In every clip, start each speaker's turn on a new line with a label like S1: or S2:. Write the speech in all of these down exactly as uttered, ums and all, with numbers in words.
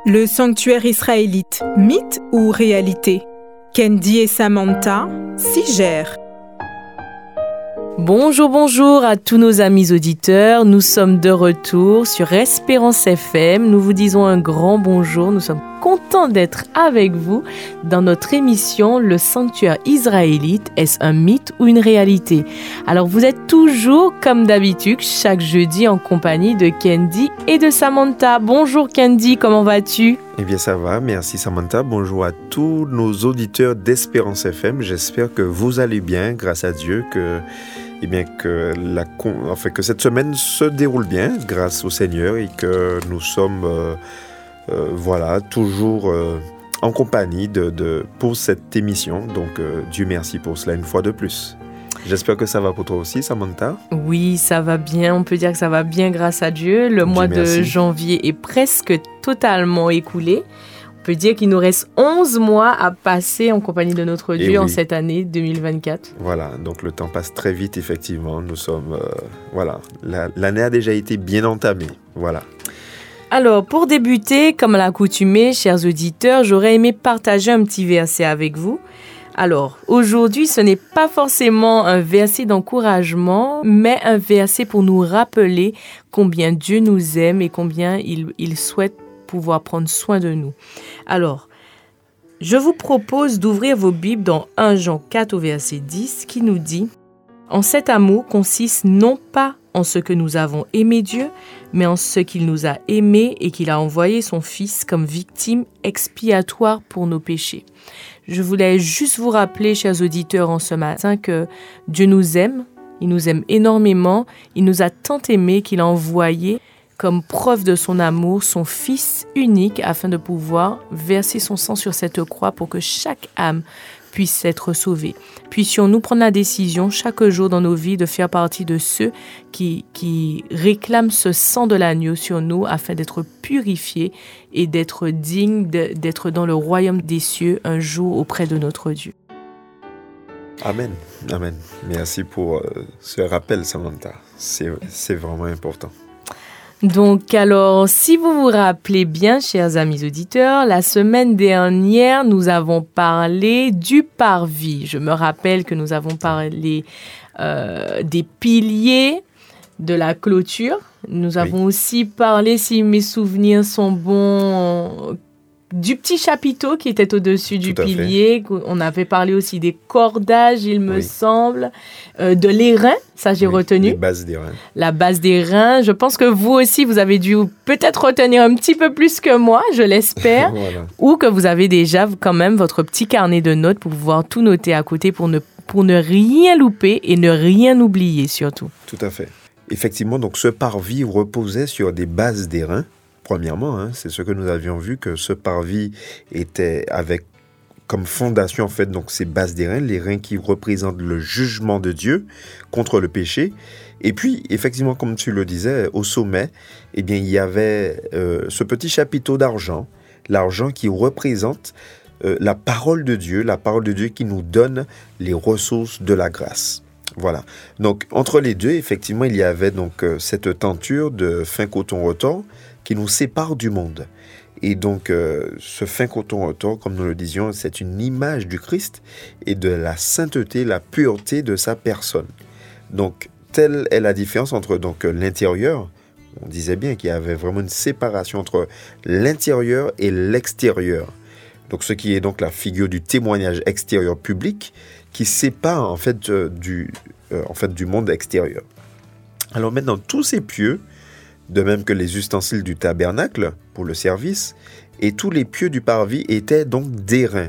S1: Le sanctuaire israélite, mythe ou réalité? Candy et Samantha s'y gèrent.
S2: Bonjour, bonjour à tous nos amis auditeurs. Nous sommes de retour sur Espérance F M. Nous vous disons un grand bonjour. Nous sommes contents d'être avec vous dans notre émission Le Sanctuaire Israélite. Est-ce un mythe ou une réalité? Alors, vous êtes toujours, comme d'habitude, chaque jeudi en compagnie de Candy et de Samantha. Bonjour Candy, comment vas-tu?
S3: Eh bien, ça va. Merci Samantha. Bonjour à tous nos auditeurs d'Espérance F M. J'espère que vous allez bien, grâce à Dieu, que... Eh bien, que, la, enfin, que cette semaine se déroule bien grâce au Seigneur et que nous sommes euh, euh, voilà, toujours euh, en compagnie de, de, pour cette émission. Donc, euh, Dieu merci pour cela une fois de plus. J'espère que ça va pour toi aussi, Samantha.
S2: Oui, ça va bien. On peut dire que ça va bien grâce à Dieu. Le Dieu mois merci. de janvier est presque totalement écoulé. On peut dire qu'il nous reste onze mois à passer en compagnie de notre Dieu oui. en cette année deux mille vingt-quatre.
S3: Voilà, donc le temps passe très vite, effectivement. Nous sommes... Euh, voilà, La, l'année a déjà été bien entamée. Voilà.
S2: Alors, pour débuter, comme à l'accoutumée, chers auditeurs, j'aurais aimé partager un petit verset avec vous. Alors, aujourd'hui, ce n'est pas forcément un verset d'encouragement, mais un verset pour nous rappeler combien Dieu nous aime et combien il, il souhaite pouvoir prendre soin de nous. Alors, je vous propose d'ouvrir vos Bibles dans premier Jean quatre au verset dix qui nous dit « En cet amour consiste non pas en ce que nous avons aimé Dieu, mais en ce qu'il nous a aimés et qu'il a envoyé son Fils comme victime expiatoire pour nos péchés. » Je voulais juste vous rappeler, chers auditeurs, en ce matin que Dieu nous aime, il nous aime énormément, il nous a tant aimés qu'il a envoyé comme preuve de son amour, son Fils unique, afin de pouvoir verser son sang sur cette croix pour que chaque âme puisse être sauvée. Puissions-nous prendre la décision chaque jour dans nos vies de faire partie de ceux qui, qui réclament ce sang de l'agneau sur nous afin d'être purifiés et d'être dignes de, d'être dans le royaume des cieux un jour auprès de notre Dieu.
S3: Amen. Amen. Merci pour euh, ce rappel, Samantha. C'est, c'est vraiment important.
S2: Donc, alors, si vous vous rappelez bien, chers amis auditeurs, la semaine dernière, nous avons parlé du parvis. Je me rappelle que nous avons parlé euh, des piliers de la clôture. Nous avons oui. aussi parlé, si mes souvenirs sont bons, du petit chapiteau qui était au-dessus du pilier. Fait. On avait parlé aussi des cordages, il me oui. semble, euh, de l'airain, ça j'ai oui, retenu.
S3: La base des reins.
S2: La base des reins. Je pense que vous aussi, vous avez dû peut-être retenir un petit peu plus que moi, je l'espère, voilà. Ou que vous avez déjà quand même votre petit carnet de notes pour pouvoir tout noter à côté pour ne, pour ne rien louper et ne rien oublier surtout.
S3: Tout à fait. Effectivement, donc ce parvis reposait sur des bases d'airain. Premièrement, hein, c'est ce que nous avions vu, que ce parvis était avec comme fondation, en fait, donc ces bases des reins, les reins qui représentent le jugement de Dieu contre le péché. Et puis, effectivement, comme tu le disais, au sommet, eh bien, il y avait euh, ce petit chapiteau d'argent, l'argent qui représente euh, la parole de Dieu, la parole de Dieu qui nous donne les ressources de la grâce. Voilà. Donc, entre les deux, effectivement, il y avait donc euh, cette tenture de fin coton retors qui nous sépare du monde. Et donc, euh, ce fin coton retors, comme nous le disions, c'est une image du Christ et de la sainteté, la pureté de sa personne. Donc, telle est la différence entre donc, l'intérieur. On disait bien qu'il y avait vraiment une séparation entre l'intérieur et l'extérieur. Donc, ce qui est donc la figure du témoignage extérieur public qui sépare en fait, euh, du, euh, en fait du monde extérieur. Alors maintenant, tous ces pieux, de même que les ustensiles du tabernacle pour le service, et tous les pieux du parvis étaient donc d'airain.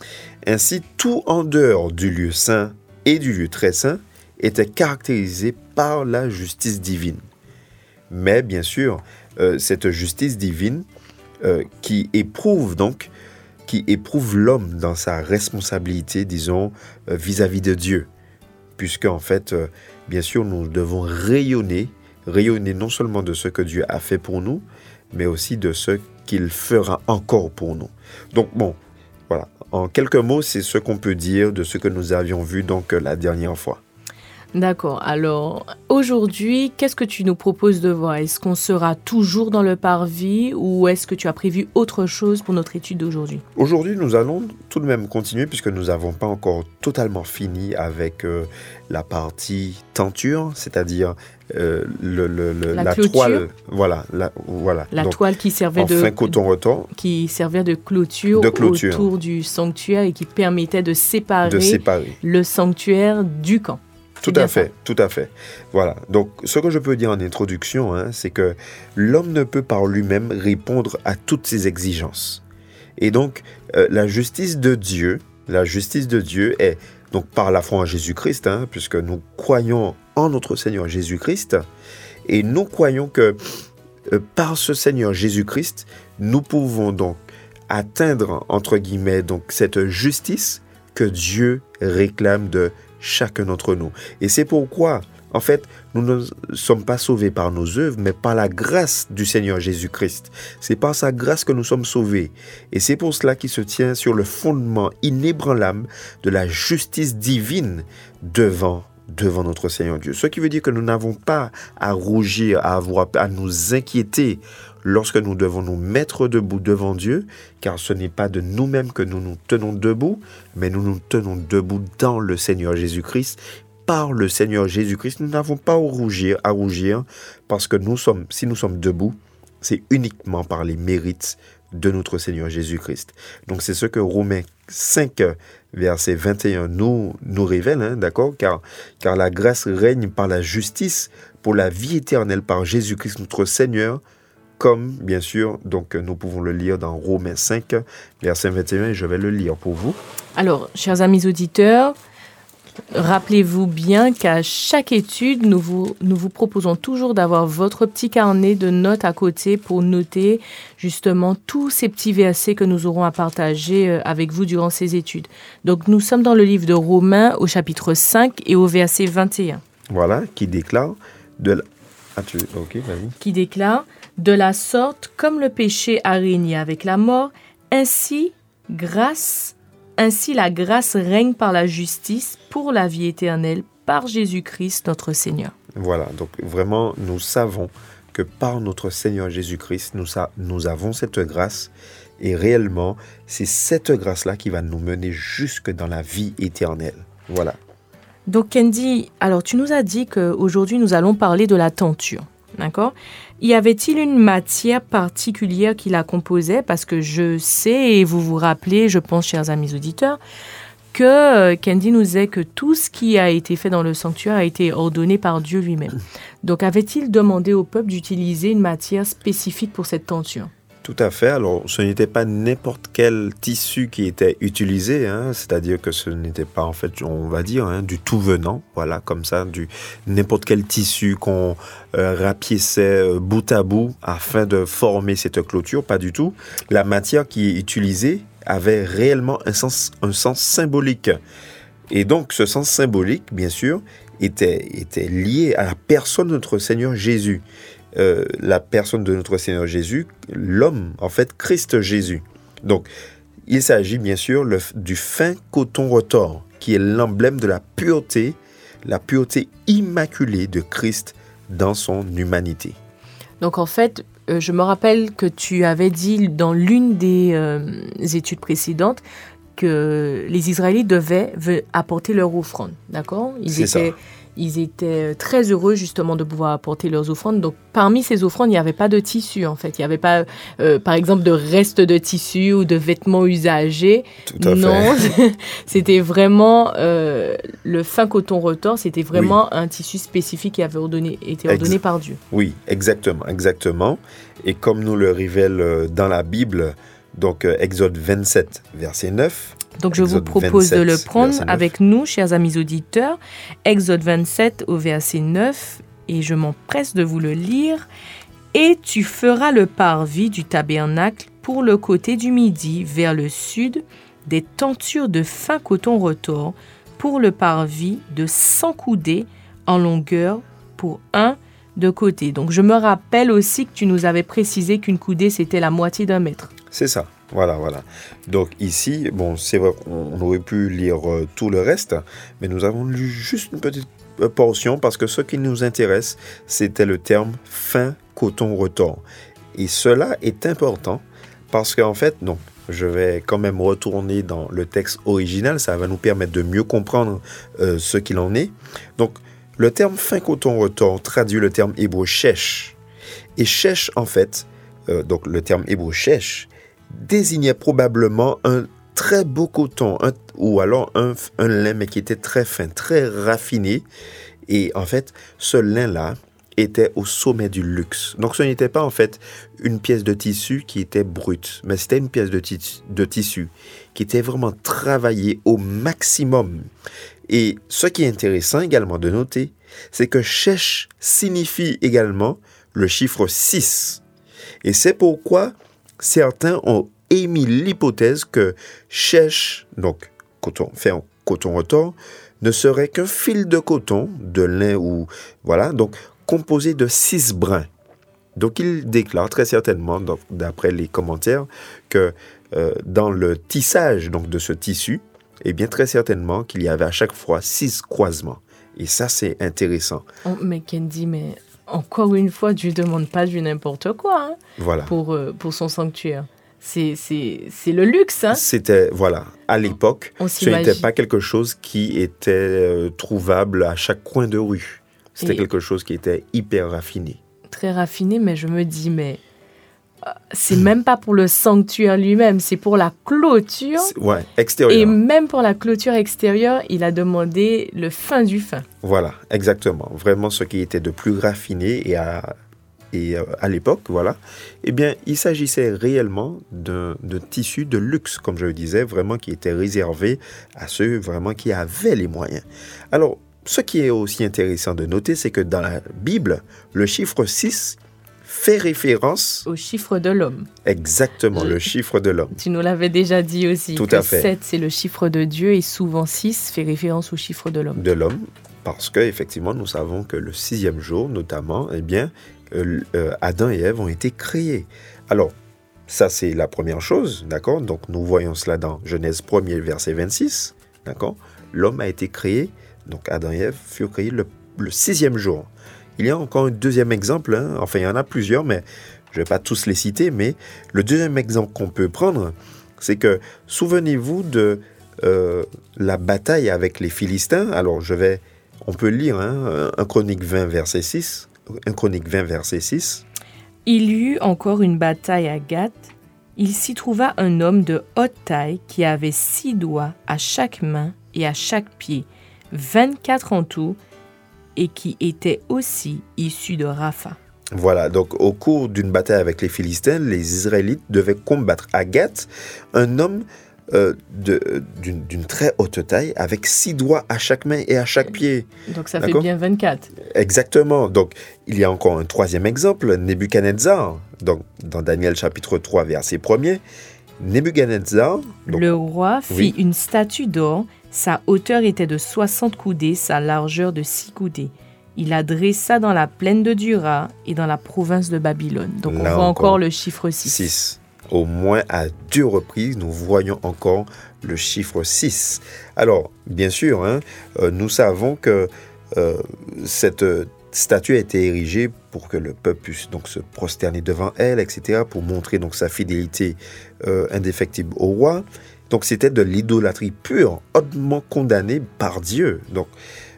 S3: Ainsi, tout en dehors du lieu saint et du lieu très saint était caractérisé par la justice divine. Mais bien sûr, euh, cette justice divine euh, qui éprouve donc, qui éprouve l'homme dans sa responsabilité, disons, euh, vis-à-vis de Dieu. Puisque en fait, euh, bien sûr, nous devons rayonner rayonner non seulement de ce que Dieu a fait pour nous, mais aussi de ce qu'il fera encore pour nous. Donc bon, voilà. En quelques mots, c'est ce qu'on peut dire de ce que nous avions vu donc la dernière fois.
S2: D'accord. Alors, aujourd'hui, qu'est-ce que tu nous proposes de voir? Est-ce qu'on sera toujours dans le parvis ou est-ce que tu as prévu autre chose pour notre étude d'aujourd'hui?
S3: Aujourd'hui, nous allons tout de même continuer puisque nous n'avons pas encore totalement fini avec euh, la partie tenture, c'est-à-dire euh, le, le, le,
S2: la,
S3: la toile. Voilà. La, voilà.
S2: la
S3: Donc,
S2: toile qui servait,
S3: en
S2: de,
S3: fin coton retors,
S2: qui servait de clôture,
S3: de clôture
S2: autour du sanctuaire et qui permettait de séparer,
S3: de séparer.
S2: le sanctuaire du camp.
S3: Tout à fait, tout à fait. Voilà. Donc, ce que je peux dire en introduction, hein, c'est que l'homme ne peut par lui-même répondre à toutes ses exigences. Et donc, euh, la justice de Dieu, la justice de Dieu est donc par la foi en Jésus-Christ, hein, puisque nous croyons en notre Seigneur Jésus-Christ, et nous croyons que euh, par ce Seigneur Jésus-Christ, nous pouvons donc atteindre entre guillemets donc cette justice que Dieu réclame de chacun d'entre nous. Et c'est pourquoi, en fait, nous ne sommes pas sauvés par nos œuvres, mais par la grâce du Seigneur Jésus-Christ. C'est par sa grâce que nous sommes sauvés. Et c'est pour cela qu'il se tient sur le fondement inébranlable de la justice divine devant, devant notre Seigneur Dieu. Ce qui veut dire que nous n'avons pas à rougir, à avoir, à nous inquiéter lorsque nous devons nous mettre debout devant Dieu, car ce n'est pas de nous-mêmes que nous nous tenons debout, mais nous nous tenons debout dans le Seigneur Jésus-Christ. Par le Seigneur Jésus-Christ, nous n'avons pas à rougir, à rougir, parce que nous sommes, si nous sommes debout, c'est uniquement par les mérites de notre Seigneur Jésus-Christ. Donc c'est ce que Romains cinq, verset vingt et un nous, nous révèle, hein, d'accord, car, car la grâce règne par la justice pour la vie éternelle par Jésus-Christ notre Seigneur, comme, bien sûr, donc nous pouvons le lire dans Romains cinq, verset vingt et un, et je vais le lire pour vous.
S2: Alors, chers amis auditeurs, rappelez-vous bien qu'à chaque étude, nous vous, nous vous proposons toujours d'avoir votre petit carnet de notes à côté pour noter justement tous ces petits versets que nous aurons à partager avec vous durant ces études. Donc, nous sommes dans le livre de Romains au chapitre cinq et au verset vingt et un.
S3: Voilà, qui déclare de la... Ah, tu... Ok, vas-y.
S2: Qui déclare « De la sorte, comme le péché a régné avec la mort, ainsi, grâce, ainsi la grâce règne par la justice pour la vie éternelle par Jésus-Christ notre Seigneur. »
S3: Voilà, donc vraiment, nous savons que par notre Seigneur Jésus-Christ, nous, sa... nous avons cette grâce. Et réellement, c'est cette grâce-là qui va nous mener jusque dans la vie éternelle. Voilà.
S2: Donc, Kendi, alors tu nous as dit qu'aujourd'hui, nous allons parler de la tenture. D'accord? Y avait-il une matière particulière qui la composait? Parce que je sais, et vous vous rappelez, je pense, chers amis auditeurs, que euh, Kendi nous disait que tout ce qui a été fait dans le sanctuaire a été ordonné par Dieu lui-même. Donc, avait-il demandé au peuple d'utiliser une matière spécifique pour cette tenture?
S3: Tout à fait. Alors, ce n'était pas n'importe quel tissu qui était utilisé, hein, c'est-à-dire que ce n'était pas, en fait, on va dire, hein, du tout venant, voilà, comme ça, du n'importe quel tissu qu'on euh, rapiéçait euh, bout à bout afin de former cette clôture, pas du tout. La matière qui est utilisée avait réellement un sens, un sens symbolique. Et donc, ce sens symbolique, bien sûr, était, était lié à la personne de notre Seigneur Jésus. Euh, la personne de notre Seigneur Jésus, l'homme, en fait, Christ Jésus. Donc, il s'agit bien sûr le, du fin coton retors, qui est l'emblème de la pureté, la pureté immaculée de Christ dans son humanité.
S2: Donc, en fait, euh, je me rappelle que tu avais dit dans l'une des euh, études précédentes que les Israélites devaient apporter leur offrande, d'accord? Ils
S3: C'est
S2: étaient,
S3: ça.
S2: Ils étaient très heureux justement de pouvoir apporter leurs offrandes. Donc, parmi ces offrandes, il n'y avait pas de tissu, en fait. Il n'y avait pas, euh, par exemple, de restes de tissu ou de vêtements usagés.
S3: Tout à
S2: non,
S3: fait.
S2: c'était vraiment euh, le fin coton retors. C'était vraiment oui. un tissu spécifique qui avait ordonné, été ordonné Ex- par Dieu.
S3: Oui, exactement, exactement. Et comme nous le révèle dans la Bible, donc euh, Exode vingt-sept, verset neuf.
S2: Donc, je
S3: Exode
S2: vous propose
S3: vingt-sept,
S2: de le prendre
S3: verset neuf.
S2: avec nous, chers amis auditeurs. Exode vingt-sept au verset neuf, et je m'empresse de vous le lire. « Et tu feras le parvis du tabernacle pour le côté du midi, vers le sud, des tentures de fin coton retors, pour le parvis de cent coudées en longueur pour un de côté. » Donc, je me rappelle aussi que tu nous avais précisé qu'une coudée, c'était la moitié d'un mètre.
S3: C'est ça. Voilà, voilà. Donc ici, bon, c'est vrai qu'on aurait pu lire euh, tout le reste, mais nous avons lu juste une petite portion parce que ce qui nous intéresse, c'était le terme fin coton retors. Et cela est important parce qu'en fait, non, je vais quand même retourner dans le texte original, ça va nous permettre de mieux comprendre euh, ce qu'il en est. Donc, le terme fin coton retors traduit le terme hébreu shesh. Et shesh, en fait, euh, donc le terme hébreu shesh, désignait probablement un très beau coton, un, ou alors un, un lin, mais qui était très fin, très raffiné. Et en fait, ce lin-là était au sommet du luxe. Donc, ce n'était pas en fait une pièce de tissu qui était brute, mais c'était une pièce de, tis- de tissu qui était vraiment travaillée au maximum. Et ce qui est intéressant également de noter, c'est que shesh signifie également le chiffre six. Et c'est pourquoi certains ont émis l'hypothèse que shesh, donc coton, fait en coton retors, ne serait qu'un fil de coton, de lin ou voilà, donc composé de six brins. Donc il déclare très certainement, donc, d'après les commentaires, que euh, dans le tissage donc de ce tissu, eh bien très certainement qu'il y avait à chaque fois six croisements. Et ça c'est intéressant.
S2: Oh, mais Kendi, mais encore une fois, Dieu ne demande pas du n'importe quoi hein,
S3: voilà.
S2: pour, euh, pour son sanctuaire. C'est, c'est, c'est le luxe. Hein?
S3: C'était, voilà, à l'époque,
S2: On
S3: ce n'était pas quelque chose qui était euh, trouvable à chaque coin de rue. C'était Et quelque chose qui était hyper raffiné.
S2: Très raffiné, mais je me dis, mais euh, c'est même pas pour le sanctuaire lui-même, c'est pour la clôture.
S3: C'est, ouais, extérieure.
S2: Et même pour la clôture extérieure, il a demandé le fin du fin.
S3: Voilà, exactement. Vraiment ce qui était de plus raffiné et à... Et à l'époque, voilà, eh bien, il s'agissait réellement d'un, d'un tissu de luxe, comme je le disais, vraiment qui était réservé à ceux vraiment qui avaient les moyens. Alors, ce qui est aussi intéressant de noter, c'est que dans la Bible, le chiffre six fait référence...
S2: au chiffre de l'homme.
S3: Exactement, le, le chiffre de l'homme.
S2: Tu nous l'avais déjà dit aussi.
S3: Tout
S2: que
S3: à fait.
S2: sept, c'est le chiffre de Dieu et souvent six fait référence au chiffre de l'homme.
S3: De l'homme, parce qu'effectivement, nous savons que le sixième jour, notamment, eh bien... Euh, euh, Adam et Ève ont été créés. Alors, ça c'est la première chose, d'accord? Donc, nous voyons cela dans Genèse premier, verset vingt-six, d'accord? L'homme a été créé, donc Adam et Ève furent créés le, le sixième jour. Il y a encore un deuxième exemple, hein? Enfin, il y en a plusieurs, mais je ne vais pas tous les citer, mais le deuxième exemple qu'on peut prendre, c'est que, souvenez-vous de euh, la bataille avec les Philistins. Alors, je vais, on peut lire, hein, un Chronique vingt, verset six, un Chronique vingt, verset six.
S2: Il y eut encore une bataille à Gath. Il s'y trouva un homme de haute taille qui avait six doigts à chaque main et à chaque pied, vingt-quatre en tout, et qui était aussi issu de Rapha.
S3: Voilà, donc au cours d'une bataille avec les Philistins, les Israélites devaient combattre à Gath un homme Euh, de, d'une, d'une très haute taille, avec six doigts à chaque main et à chaque pied.
S2: Donc ça
S3: D'accord?
S2: fait bien vingt-quatre.
S3: Exactement. Donc, il y a encore un troisième exemple, Nebuchadnezzar. Donc, dans Daniel chapitre trois, verset premier, Nebuchadnezzar... Donc,
S2: le roi fit
S3: oui.
S2: une statue d'or. Sa hauteur était de soixante coudées, sa largeur de six coudées. Il la dressa dans la plaine de Dura et dans la province de Babylone. Donc, on voit encore, encore le chiffre six.
S3: six. Au moins à deux reprises, nous voyons encore le chiffre six. Alors, bien sûr, hein, euh, nous savons que euh, cette statue a été érigée pour que le peuple puisse donc se prosterner devant elle, et cetera, pour montrer donc sa fidélité euh, indéfectible au roi. Donc, c'était de l'idolâtrie pure, hautement condamnée par Dieu. Donc,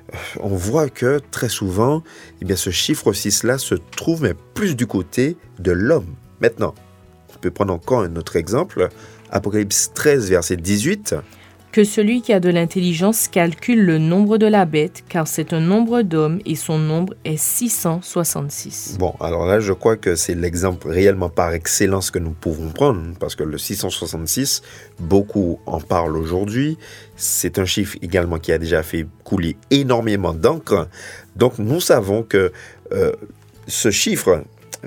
S3: on voit que très souvent, eh bien, ce chiffre six-là se trouve mais plus du côté de l'homme. Maintenant, on peut prendre encore un autre exemple, Apocalypse treize, verset dix-huit.
S2: Que celui qui a de l'intelligence calcule le nombre de la bête, car c'est un nombre d'hommes et son nombre est six cent soixante-six.
S3: Bon, alors là, je crois que c'est l'exemple réellement par excellence que nous pouvons prendre, parce que le six cent soixante-six, beaucoup en parlent aujourd'hui. C'est un chiffre également qui a déjà fait couler énormément d'encre. Donc, nous savons que euh, ce chiffre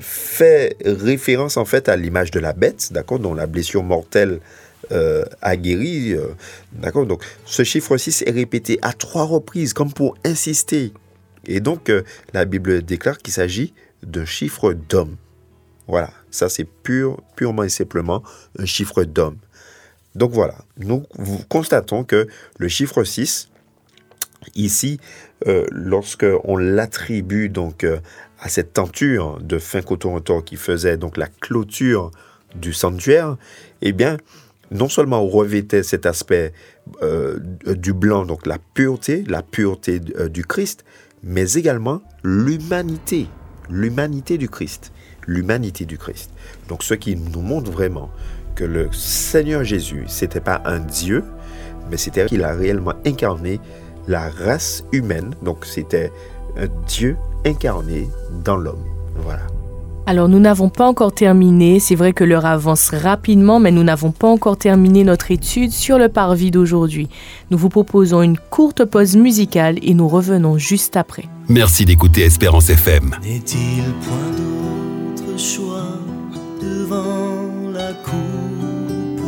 S3: fait référence en fait à l'image de la bête, d'accord, dont la blessure mortelle euh, a guéri, euh, d'accord. Donc ce chiffre six est répété à trois reprises, comme pour insister. Et donc euh, la Bible déclare qu'il s'agit d'un chiffre d'homme. Voilà, ça c'est pur, purement et simplement un chiffre d'homme. Donc voilà, nous constatons que le chiffre six Ici, euh, lorsqu'on l'attribue donc euh, à cette tenture de fin coton retors qui faisait donc la clôture du sanctuaire, eh bien, non seulement on revêtait cet aspect euh, du blanc, donc la pureté, la pureté euh, du Christ, mais également l'humanité, l'humanité du Christ, l'humanité du Christ. Donc, ce qui nous montre vraiment que le Seigneur Jésus, c'était pas un Dieu, mais c'était qu'il a réellement incarné la race humaine. Donc, c'était un Dieu incarné dans l'homme. Voilà.
S2: Alors, nous n'avons pas encore terminé. C'est vrai que l'heure avance rapidement, mais nous n'avons pas encore terminé notre étude sur le parvis d'aujourd'hui. Nous vous proposons une courte pause musicale et nous revenons juste après.
S4: Merci d'écouter Espérance F M.
S5: N'est-il point d'autre choix devant la coupe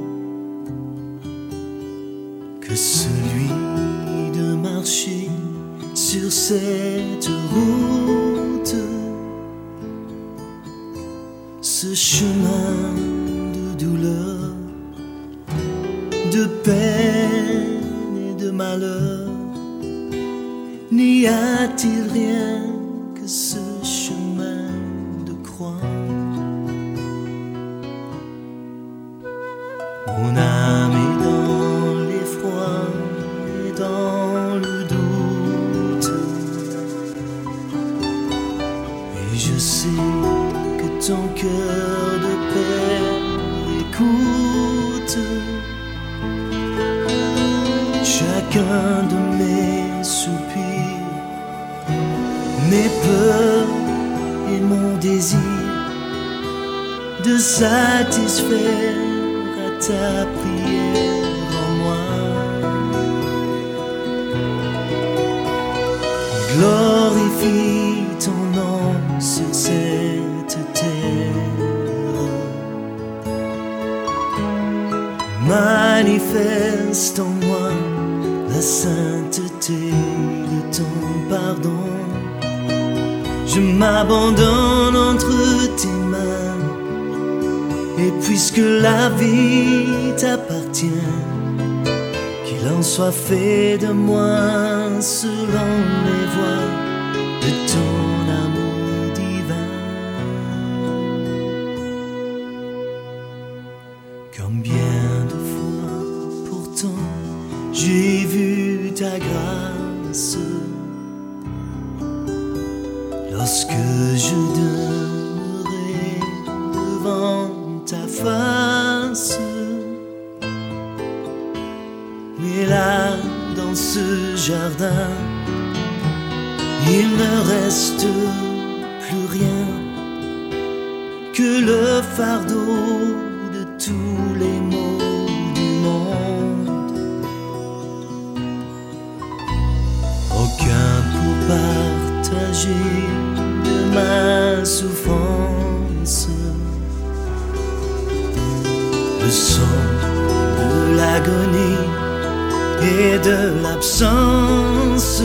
S5: que celui de marcher sur cette route, ce chemin de douleur, de peine et de malheur? N'y a-t-il rien que ce chemin de croix? Mon âme est dans l'effroi et dans le doute, et je sais que ton cœur de père écoute chacun de mes soupirs, mes peurs et mon désir de satisfaire à ta prière en moi. Glorifie ton nom sur cette terre, manifeste en moi la sainteté de ton pardon. Je m'abandonne entre tes mains, et puisque la vie t'appartient, qu'il en soit fait de moi selon les voies de ton amour divin. Combien de fois pourtant j'ai vu ta grâce, lorsque je demeurais devant ta face. Mais là, dans ce jardin, il ne reste plus rien que le fardeau de tous les maux du monde. Aucun pour partager de ma souffrance, le son de l'agonie et de l'absence.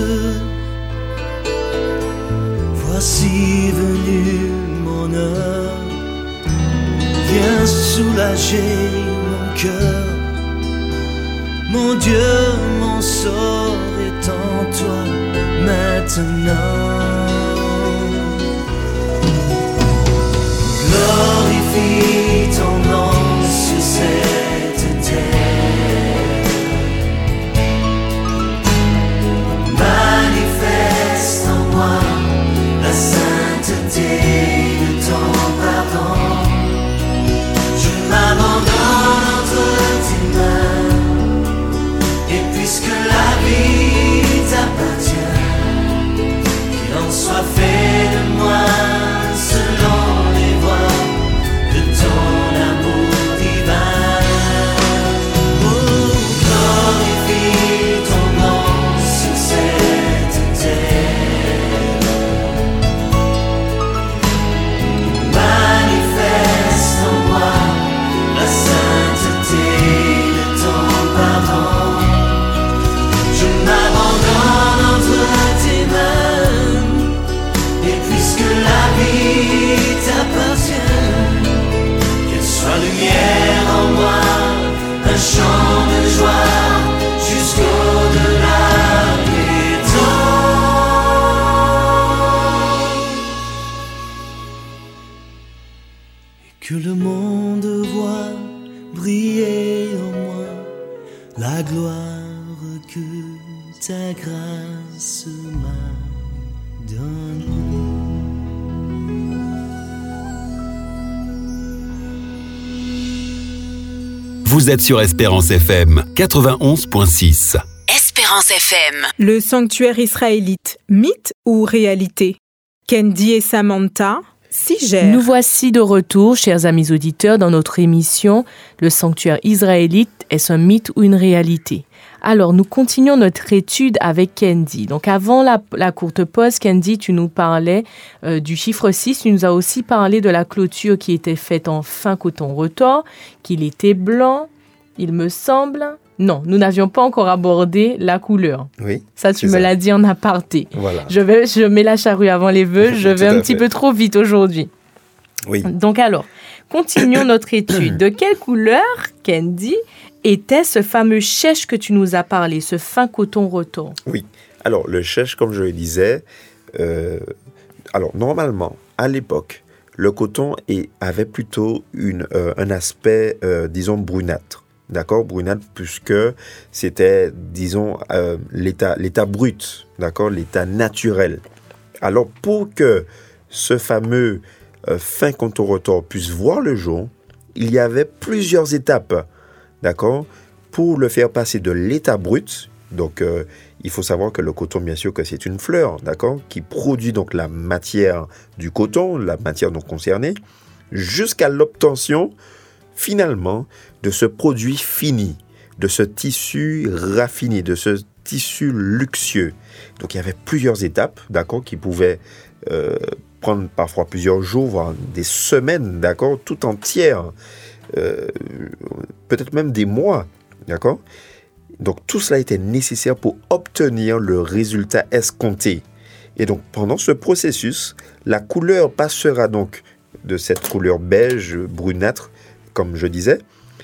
S5: Voici venu mon heure, viens soulager mon cœur. Mon Dieu, mon sort est en toi maintenant. Glorifie ton nom sur cette terre, manifeste en moi la sainteté de ton pardon. Je m'abandonne entre tes mains, et puisque la vie t'appartient, qu'il en soit fait de moi selon les voies de ton de voir briller en moi la gloire que ta grâce m'a donnée.
S4: Vous êtes sur Espérance F M quatre-vingt-onze virgule six.
S6: Espérance F M.
S1: Le sanctuaire israélite, mythe ou réalité? Kendi et Samantha s'y gèrent.
S2: Nous voici de retour, chers amis auditeurs, dans notre émission « Le sanctuaire israélite, est-ce un mythe ou une réalité ?» Alors, nous continuons notre étude avec Kendi. Donc, avant la, la courte pause, Kendi, tu nous parlais euh, du chiffre six. Tu nous as aussi parlé de la clôture qui était faite en fin coton retors, qu'il était blanc, il me semble. Non, nous n'avions pas encore abordé la couleur.
S3: Oui.
S2: Ça, tu me
S3: ça.
S2: l'as dit en aparté.
S3: Voilà.
S2: Je, vais, je mets la charrue avant les bœufs. Je vais
S3: Tout à
S2: un petit
S3: fait.
S2: peu trop vite aujourd'hui.
S3: Oui.
S2: Donc alors, continuons notre étude. De quelle couleur, Kendi, était ce fameux chèche que tu nous as parlé, ce fin coton retors?
S3: Oui. Alors, le chèche, comme je le disais, euh, alors normalement, à l'époque, le coton est, avait plutôt une, euh, un aspect, euh, disons, brunâtre. D'accord, brunâtre, puisque c'était, disons, euh, l'état, l'état brut, d'accord, l'état naturel. Alors, pour que ce fameux euh, fin coton retors puisse voir le jour, il y avait plusieurs étapes, d'accord, pour le faire passer de l'état brut. Donc, euh, il faut savoir que le coton, bien sûr, que c'est une fleur, d'accord, qui produit donc la matière du coton, la matière donc concernée, jusqu'à l'obtention, finalement, de ce produit fini, de ce tissu raffiné, de ce tissu luxueux. Donc, il y avait plusieurs étapes, d'accord, qui pouvaient euh, prendre parfois plusieurs jours, voire des semaines, d'accord, tout entières, euh, peut-être même des mois, d'accord. Donc, tout cela était nécessaire pour obtenir le résultat escompté. Et donc, pendant ce processus, la couleur passera donc de cette couleur beige, brunâtre, comme je disais,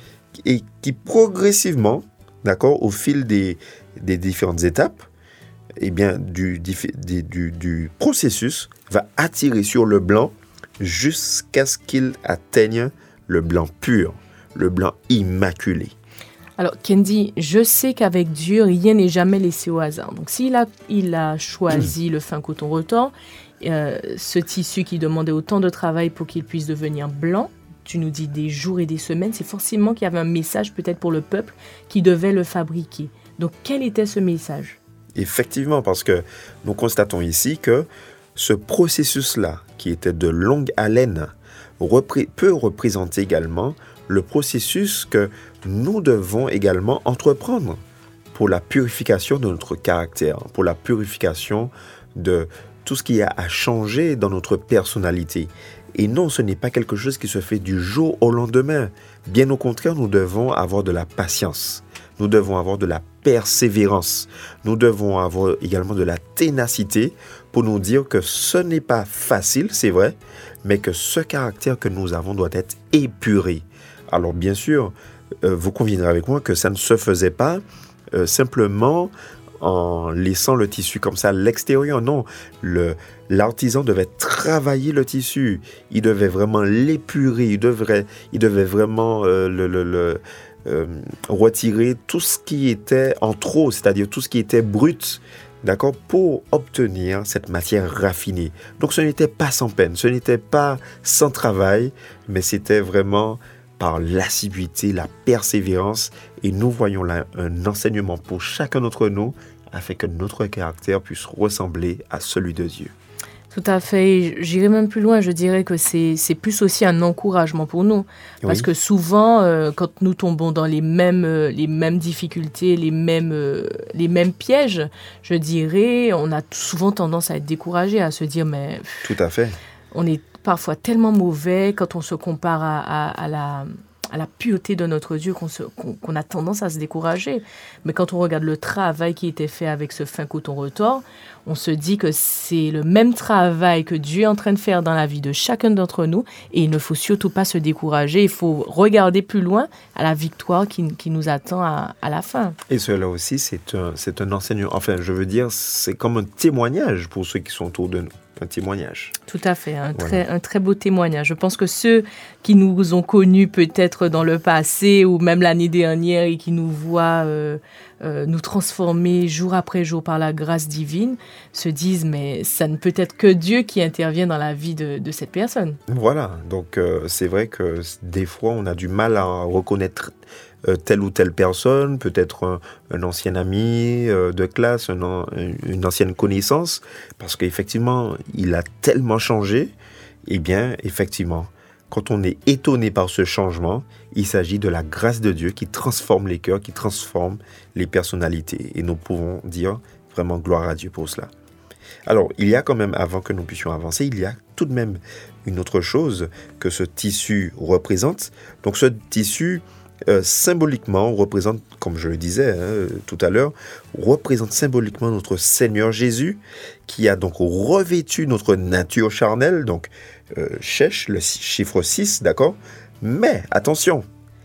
S3: et qui progressivement, d'accord, au fil des, des différentes étapes, eh bien, du, du, du, du processus, va attirer sur le blanc jusqu'à ce qu'il atteigne le blanc pur, le blanc immaculé.
S2: Alors, Kendi, je sais qu'avec Dieu, rien n'est jamais laissé au hasard. Donc, s'il a, il a choisi le fin coton retors, euh, ce tissu qui demandait autant de travail pour qu'il puisse devenir blanc, tu nous dis des jours et des semaines, c'est forcément qu'il y avait un message peut-être pour le peuple qui devait le fabriquer. Donc, quel était ce message?
S3: Effectivement, parce que nous constatons ici que ce processus-là, qui était de longue haleine, repré- peut représenter également le processus que nous devons également entreprendre pour la purification de notre caractère, pour la purification de tout ce qui a à changer dans notre personnalité. Et non, ce n'est pas quelque chose qui se fait du jour au lendemain. Bien au contraire, nous devons avoir de la patience. Nous devons avoir de la persévérance. Nous devons avoir également de la ténacité pour nous dire que ce n'est pas facile, c'est vrai, mais que ce caractère que nous avons doit être épuré. Alors bien sûr, euh, vous conviendrez avec moi que ça ne se faisait pas euh, simplement en laissant le tissu comme ça à l'extérieur. Non, le, l'artisan devait travailler le tissu. Il devait vraiment l'épurer. Il devait, il devait vraiment euh, le, le, le, euh, retirer tout ce qui était en trop, c'est-à-dire tout ce qui était brut, d'accord, pour obtenir cette matière raffinée. Donc ce n'était pas sans peine, ce n'était pas sans travail, mais c'était vraiment par l'assiduité, la persévérance, et nous voyons là un enseignement pour chacun d'entre nous, afin que notre caractère puisse ressembler à celui de Dieu.
S2: Tout à fait. J'irai même plus loin. Je dirais que c'est, c'est plus aussi un encouragement pour nous. Parce
S3: Oui.
S2: que souvent, euh, quand nous tombons dans les mêmes, euh, les mêmes difficultés, les mêmes, euh, les mêmes pièges, je dirais, on a souvent tendance à être découragé, à se dire, mais
S3: Tout à fait.
S2: on est parfois tellement mauvais quand on se compare à, à, à la... à la pureté de notre Dieu qu'on, se, qu'on, qu'on a tendance à se décourager. Mais quand on regarde le travail qui était fait avec ce fin coton retors, on se dit que c'est le même travail que Dieu est en train de faire dans la vie de chacun d'entre nous, et il ne faut surtout pas se décourager. Il faut regarder plus loin à la victoire qui, qui nous attend à, à la fin.
S3: Et cela aussi, c'est un, c'est un enseignement. Enfin, je veux dire, c'est comme un témoignage pour ceux qui sont autour de nous. un témoignage.
S2: Tout à fait, un,
S3: Voilà.
S2: très, un très beau témoignage. Je pense que ceux qui nous ont connus peut-être dans le passé ou même l'année dernière et qui nous voient euh, euh, nous transformer jour après jour par la grâce divine se disent mais ça ne peut être que Dieu qui intervient dans la vie de, de cette personne.
S3: Voilà, donc euh, c'est vrai que des fois on a du mal à reconnaître euh, telle ou telle personne, peut-être un, un ancien ami euh, de classe, un an- une ancienne connaissance, parce qu'effectivement il a tellement changé. Eh bien, effectivement, quand on est étonné par ce changement, il s'agit de la grâce de Dieu qui transforme les cœurs, qui transforme les personnalités. Et nous pouvons dire vraiment gloire à Dieu pour cela. Alors, il y a quand même, avant que nous puissions avancer, il y a tout de même une autre chose que ce tissu représente. Donc, ce tissu, euh, symboliquement, représente, comme je le disais hein, tout à l'heure, représente symboliquement notre Seigneur Jésus, qui a donc revêtu notre nature charnelle, donc euh, Shech, le chiffre six, d'accord ? Mais, attention,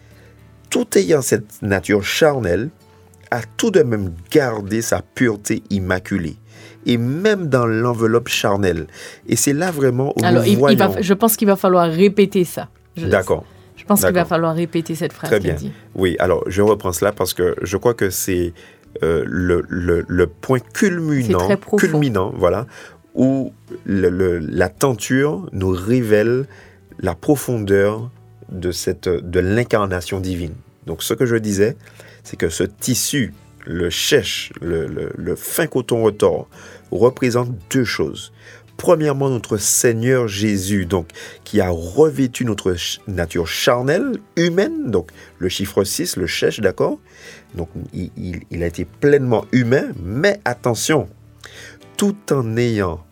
S3: tout ayant cette nature charnelle, a tout de même gardé sa pureté immaculée. Et même dans l'enveloppe charnelle. Et c'est là vraiment où
S2: Alors,
S3: nous
S2: il,
S3: voyons...
S2: il va, je pense qu'il va falloir répéter ça. Je,
S3: D'accord.
S2: Je pense qu'il va
S3: D'accord.
S2: falloir répéter cette phrase.
S3: Très bien.
S2: Dit.
S3: Oui, alors je reprends cela parce que je crois que c'est euh, le, le, le point culminant,
S2: C'est très profond.
S3: culminant, voilà, où le, le, la tenture nous révèle la profondeur de, cette, de l'incarnation divine. Donc ce que je disais, c'est que ce tissu, le Shech, le, le, le fin coton retors, représente deux choses. Premièrement, notre Seigneur Jésus, donc, qui a revêtu notre ch- nature charnelle, humaine, donc le chiffre six, le Shech, d'accord ? Donc, il, il, il a été pleinement humain, mais attention, tout en ayant,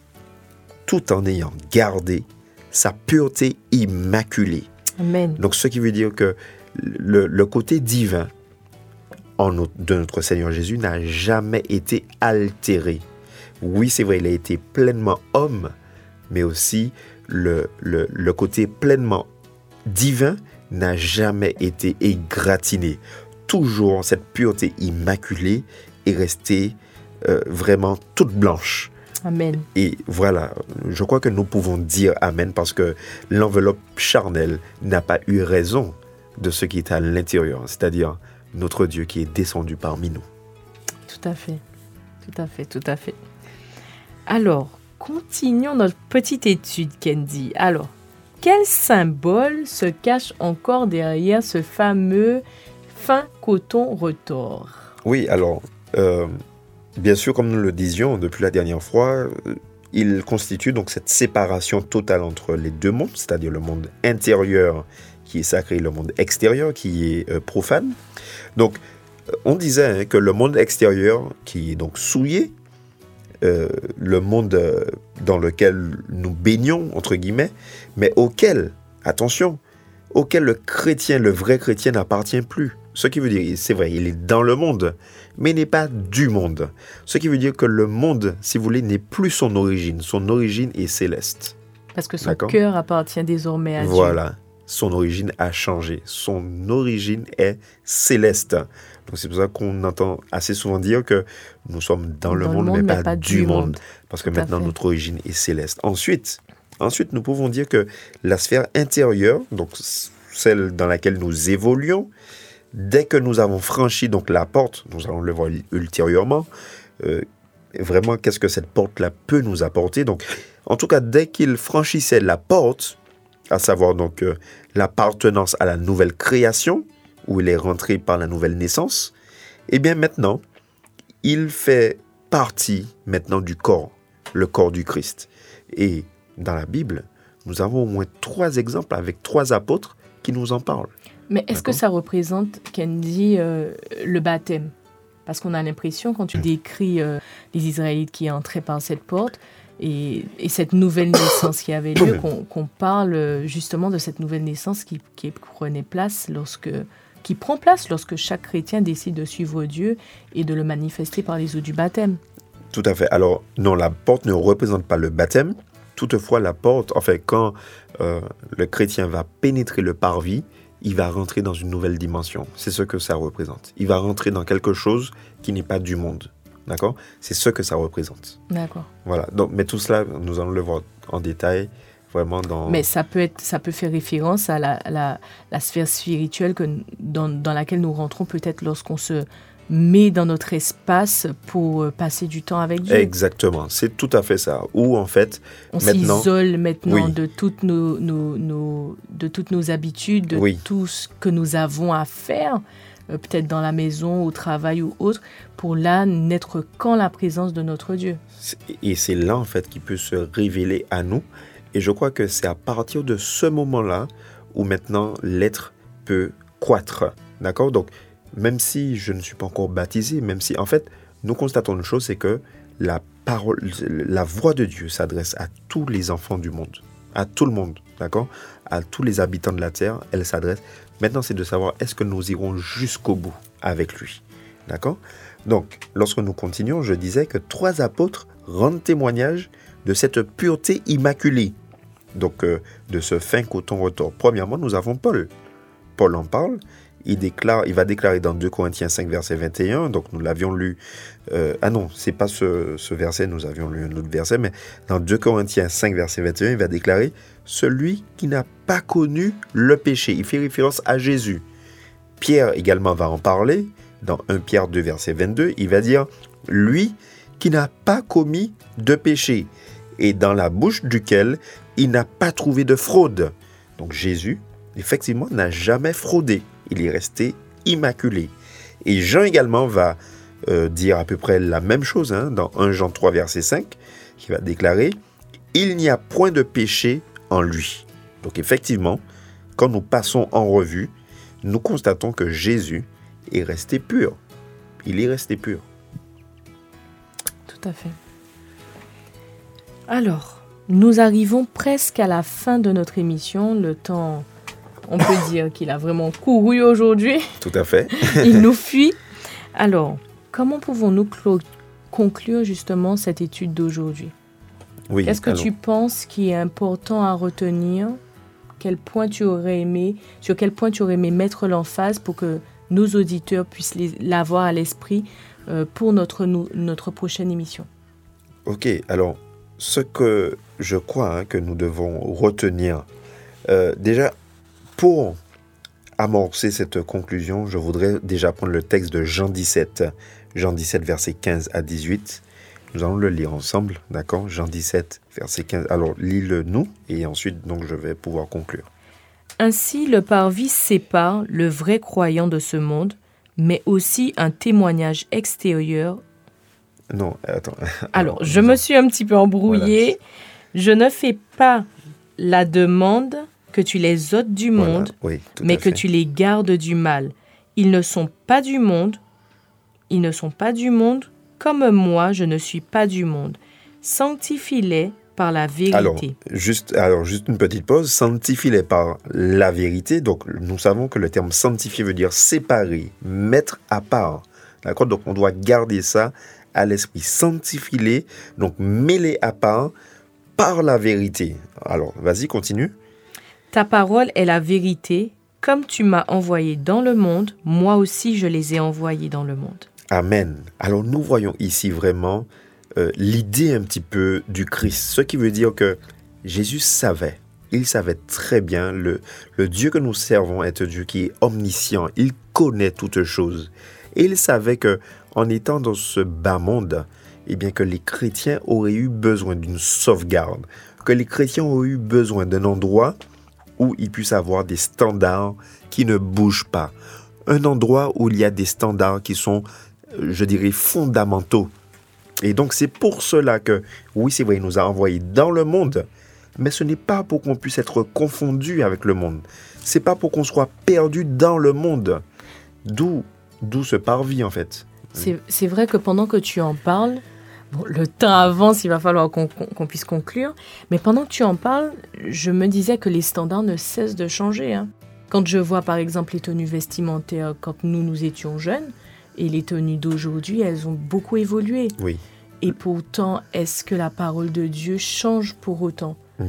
S3: tout en ayant gardé sa pureté immaculée.
S2: Amen.
S3: Donc, ce qui veut dire que le, le côté divin en notre, de notre Seigneur Jésus n'a jamais été altéré. Oui, c'est vrai, il a été pleinement homme, mais aussi le, le, le côté pleinement divin n'a jamais été égratigné. Toujours, cette pureté immaculée est restée euh, vraiment toute blanche.
S2: Amen.
S3: Et voilà, je crois que nous pouvons dire Amen parce que l'enveloppe charnelle n'a pas eu raison de ce qui est à l'intérieur, c'est-à-dire notre Dieu qui est descendu parmi nous.
S2: Tout à fait. Tout à fait, tout à fait. Alors, continuons notre petite étude, Kendi. Alors, quel symbole se cache encore derrière ce fameux fin coton retors ?
S3: Oui, alors, euh, bien sûr, comme nous le disions depuis la dernière fois, il constitue donc cette séparation totale entre les deux mondes, c'est-à-dire le monde intérieur qui est sacré et le monde extérieur qui est euh, profane. Donc, on disait hein, que le monde extérieur qui est donc souillé, Euh, le monde euh, dans lequel nous baignons, entre guillemets, mais auquel, attention, auquel le chrétien, le vrai chrétien n'appartient plus. Ce qui veut dire, c'est vrai, il est dans le monde, mais il n'est pas du monde. Ce qui veut dire que le monde, si vous voulez, n'est plus son origine. Son origine est céleste.
S2: Parce que son
S3: D'accord.
S2: cœur appartient désormais à Dieu.
S3: Voilà, son origine a changé. Son origine est céleste. Donc c'est pour ça qu'on entend assez souvent dire que nous sommes dans, dans le, monde, le monde, mais, mais pas, pas du monde. monde. Parce que Tout maintenant, notre origine est céleste. Ensuite, ensuite, nous pouvons dire que la sphère intérieure, donc celle dans laquelle nous évoluons, dès que nous avons franchi donc, la porte, nous allons le voir ultérieurement, euh, vraiment, qu'est-ce que cette porte-là peut nous apporter ? Donc, en tout cas, dès qu'il franchissait la porte, à savoir donc euh, l'appartenance à la nouvelle création, où il est rentré par la nouvelle naissance, et bien maintenant, il fait partie maintenant du corps, le corps du Christ. Et dans la Bible, nous avons au moins trois exemples avec trois apôtres qui nous en parlent.
S2: Mais est-ce D'accord. que ça représente, Kendi, euh, le baptême ? Parce qu'on a l'impression, quand tu décris euh, les Israélites qui entraient par cette porte, et, et cette nouvelle naissance qui avait lieu, qu'on, qu'on parle justement de cette nouvelle naissance qui, qui prenait place lorsque... qui prend place lorsque chaque chrétien décide de suivre Dieu et de le manifester par les eaux du baptême.
S3: Tout à fait. Alors, non, la porte ne représente pas le baptême. Toutefois, la porte, en fait, quand euh, le chrétien va pénétrer le parvis, il va rentrer dans une nouvelle dimension. C'est ce que ça représente. Il va rentrer dans quelque chose qui n'est pas du monde. D'accord ? C'est ce que ça représente.
S2: D'accord.
S3: Voilà. Donc, mais tout cela, nous allons le voir en détail, vraiment dans...
S2: Mais ça peut, être, ça peut faire référence à la, la, la sphère spirituelle que, dans, dans laquelle nous rentrons peut-être lorsqu'on se met dans notre espace pour passer du temps avec Dieu.
S3: Exactement, c'est tout à fait ça. Ou en fait,
S2: on
S3: maintenant,
S2: s'isole maintenant
S3: oui.
S2: de, toutes nos, nos, nos, de toutes nos habitudes, de
S3: oui.
S2: tout ce que nous avons à faire, euh, peut-être dans la maison, au travail ou autre, pour là n'être qu'en la présence de notre Dieu.
S3: Et c'est là en fait qu'il peut se révéler à nous. Et je crois que c'est à partir de ce moment-là où maintenant l'être peut croître. D'accord ? Donc, même si je ne suis pas encore baptisé, même si, en fait, nous constatons une chose, c'est que la parole, la voix de Dieu s'adresse à tous les enfants du monde, à tout le monde, d'accord ? À tous les habitants de la terre, elle s'adresse. Maintenant, c'est de savoir, est-ce que nous irons jusqu'au bout avec lui, d'accord ? Donc, lorsque nous continuons, je disais que trois apôtres rendent témoignage de cette pureté immaculée, donc euh, de ce fin coton retors. Premièrement, nous avons Paul. Paul en parle. Il, déclare, il va déclarer dans deux Corinthiens cinq, verset vingt et un, donc nous l'avions lu, euh, ah non, c'est pas ce, ce verset, nous avions lu un autre verset, mais dans deux Corinthiens cinq, verset vingt et un, il va déclarer « Celui qui n'a pas connu le péché ». Il fait référence à Jésus. Pierre également va en parler, dans un Pierre deux, verset vingt-deux, il va dire « Lui qui n'a pas commis de péché, et dans la bouche duquel il n'a pas trouvé de fraude ». Donc Jésus, effectivement, n'a jamais fraudé. Il est resté immaculé. Et Jean également va euh, dire à peu près la même chose, hein, dans un Jean trois, verset cinq, qui va déclarer « Il n'y a point de péché en lui ». Donc effectivement, quand nous passons en revue, nous constatons que Jésus est resté pur. Il est resté pur.
S2: Tout à fait. Alors, nous arrivons presque à la fin de notre émission. Le temps... On peut dire qu'il a vraiment couru aujourd'hui.
S3: Tout à fait.
S2: Il nous fuit. Alors, comment pouvons-nous clo- conclure justement cette étude d'aujourd'hui ?
S3: Oui,
S2: Qu'est-ce que
S3: alors,
S2: tu penses qui est important à retenir ? Quel point tu aurais aimé, sur quel point tu aurais aimé mettre l'emphase pour que nos auditeurs puissent les, l'avoir à l'esprit euh, pour notre, nous, notre prochaine émission ?
S3: Ok, alors, ce que je crois hein, que nous devons retenir, euh, déjà, pour amorcer cette conclusion, je voudrais déjà prendre le texte de Jean dix-sept. Jean dix-sept, versets quinze à dix-huit. Nous allons le lire ensemble, d'accord ? Jean dix-sept, verset quinze. Alors, lis-le nous, et ensuite, donc, je vais pouvoir conclure.
S2: Ainsi, le parvis sépare le vrai croyant de ce monde, mais aussi un témoignage extérieur.
S3: Non, attends.
S2: Alors, Alors je me suis un petit peu embrouillée. Voilà. Je ne fais pas la demande que tu les ôtes du monde,
S3: voilà, oui,
S2: mais que tu les gardes du mal. Ils ne sont pas du monde, ils ne sont pas du monde, comme moi, je ne suis pas du monde. Sanctifie-les par la vérité.
S3: Alors, juste, alors, juste une petite pause. Sanctifie-les par la vérité. Donc, nous savons que le terme sanctifier veut dire séparer, mettre à part. D'accord ? Donc, on doit garder ça à l'esprit. Sanctifie-les, donc mets-les à part par la vérité. Alors, vas-y, continue.
S2: Ta parole est la vérité. Comme tu m'as envoyé dans le monde, moi aussi je les ai envoyés dans le monde.
S3: Amen. Alors nous voyons ici vraiment euh, l'idée un petit peu du Christ. Ce qui veut dire que Jésus savait, il savait très bien, le, le Dieu que nous servons est un Dieu qui est omniscient. Il connaît toutes choses. Et il savait qu'en étant dans ce bas monde, eh bien que les chrétiens auraient eu besoin d'une sauvegarde, que les chrétiens auraient eu besoin d'un endroit où ils puissent avoir des standards qui ne bougent pas. Un endroit où il y a des standards qui sont, je dirais, fondamentaux. Et donc, c'est pour cela que, oui, c'est vrai, il nous a envoyés dans le monde, mais ce n'est pas pour qu'on puisse être confondu avec le monde. C'est pas pour qu'on soit perdu dans le monde. D'où, d'où ce parvis, en fait.
S2: C'est, c'est vrai que pendant que tu en parles, bon, le temps avance, il va falloir qu'on, qu'on puisse conclure. Mais pendant que tu en parles, je me disais que les standards ne cessent de changer. Hein. Quand je vois par exemple les tenues vestimentaires quand nous, nous étions jeunes, et les tenues d'aujourd'hui, elles ont beaucoup évolué.
S3: Oui.
S2: Et pourtant, est-ce que la parole de Dieu change pour autant ?
S3: Mm-hmm.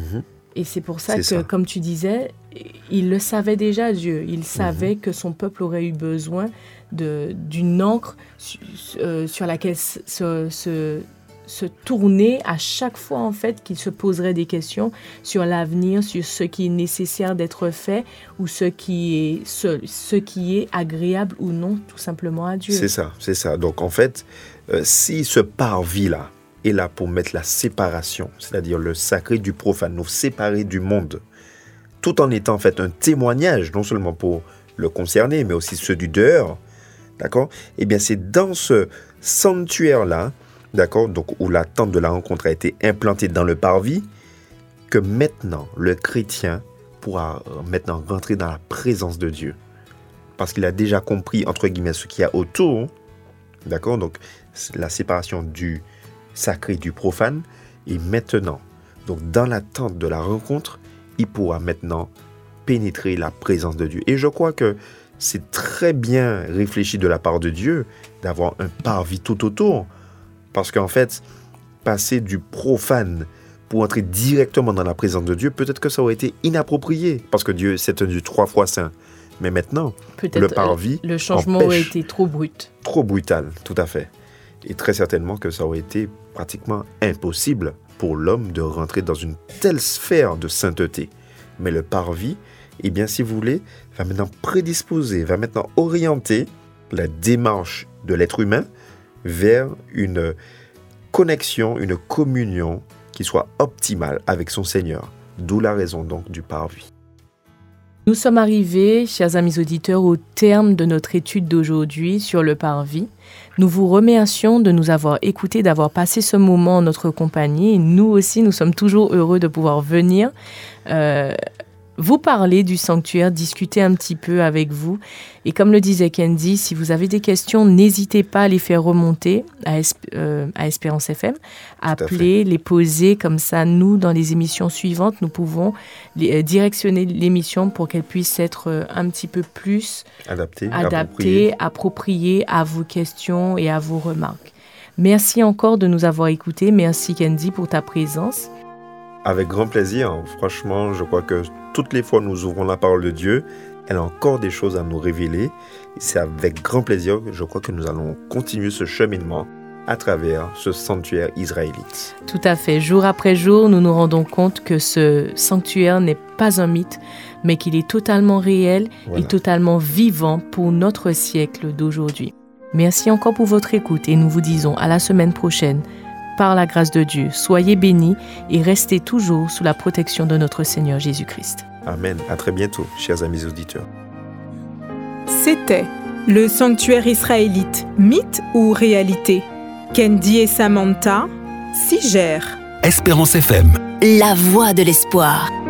S2: Et c'est pour ça
S3: C'est
S2: que,
S3: ça.
S2: comme tu disais, il le savait déjà, Dieu. Il savait que son peuple aurait eu besoin de, d'une encre su- euh, sur laquelle se, se, se tourner à chaque fois, en fait, qu'il se poserait des questions sur l'avenir, sur ce qui est nécessaire d'être fait ou ce qui est, ce, ce qui est agréable ou non, tout simplement, à Dieu.
S3: C'est ça, c'est ça. Donc en fait, euh, si ce parvis-là est là pour mettre la séparation, c'est-à-dire le sacré du profane, nous séparer du monde, tout en étant en fait un témoignage, non seulement pour le concerné, mais aussi ceux du dehors, d'accord ? Eh bien, c'est dans ce sanctuaire-là, d'accord, donc où la tente de la rencontre a été implantée dans le parvis, que maintenant, le chrétien pourra maintenant rentrer dans la présence de Dieu. Parce qu'il a déjà compris, entre guillemets, ce qu'il y a autour, d'accord, donc la séparation du sacré du profane, et maintenant, donc dans la tente de la rencontre, il pourra maintenant pénétrer la présence de Dieu. Et je crois que c'est très bien réfléchi de la part de Dieu d'avoir un parvis tout autour, parce qu'en fait, passer du profane pour entrer directement dans la présence de Dieu, peut-être que ça aurait été inapproprié, parce que Dieu, c'est un Dieu trois fois saint. Mais maintenant,
S2: Peut-être
S3: le parvis
S2: euh, le changement
S3: empêche.
S2: aurait été trop brut.
S3: Trop brutal, tout à fait. Et très certainement que ça aurait été pratiquement impossible pour l'homme de rentrer dans une telle sphère de sainteté. Mais le parvis, eh bien, si vous voulez, va maintenant prédisposer, va maintenant orienter la démarche de l'être humain vers une connexion, une communion qui soit optimale avec son Seigneur. D'où la raison donc du parvis.
S2: Nous sommes arrivés, chers amis auditeurs, au terme de notre étude d'aujourd'hui sur le parvis. Nous vous remercions de nous avoir écoutés, d'avoir passé ce moment en notre compagnie. Et nous aussi, nous sommes toujours heureux de pouvoir venir euh, vous parler du sanctuaire, discuter un petit peu avec vous. Et comme le disait Kendi, si vous avez des questions, n'hésitez pas à les faire remonter à, Esp- euh, à Espérance F M, appeler, les poser, comme ça, nous, dans les émissions suivantes, nous pouvons les, euh, directionner l'émission pour qu'elle puisse être euh, un petit peu plus
S3: Adapté,
S2: adaptée, appropriée à vos questions et à vos remarques. Merci encore de nous avoir écoutés. Merci Kendi pour ta présence.
S3: Avec grand plaisir. Franchement, je crois que toutes les fois que nous ouvrons la parole de Dieu, elle a encore des choses à nous révéler. Et c'est avec grand plaisir que je crois que nous allons continuer ce cheminement à travers ce sanctuaire israélite.
S2: Tout à fait. Jour après jour, nous nous rendons compte que ce sanctuaire n'est pas un mythe, mais qu'il est totalement réel
S3: Voilà.
S2: et totalement vivant pour notre siècle d'aujourd'hui. Merci encore pour votre écoute et nous vous disons à la semaine prochaine. Par la grâce de Dieu, soyez bénis et restez toujours sous la protection de notre Seigneur Jésus-Christ.
S3: Amen. À très bientôt, chers amis auditeurs.
S1: C'était le sanctuaire israélite, mythe ou réalité? Kendi et Samantha s'y gèrent.
S4: Espérance F M.
S6: La voix de l'espoir.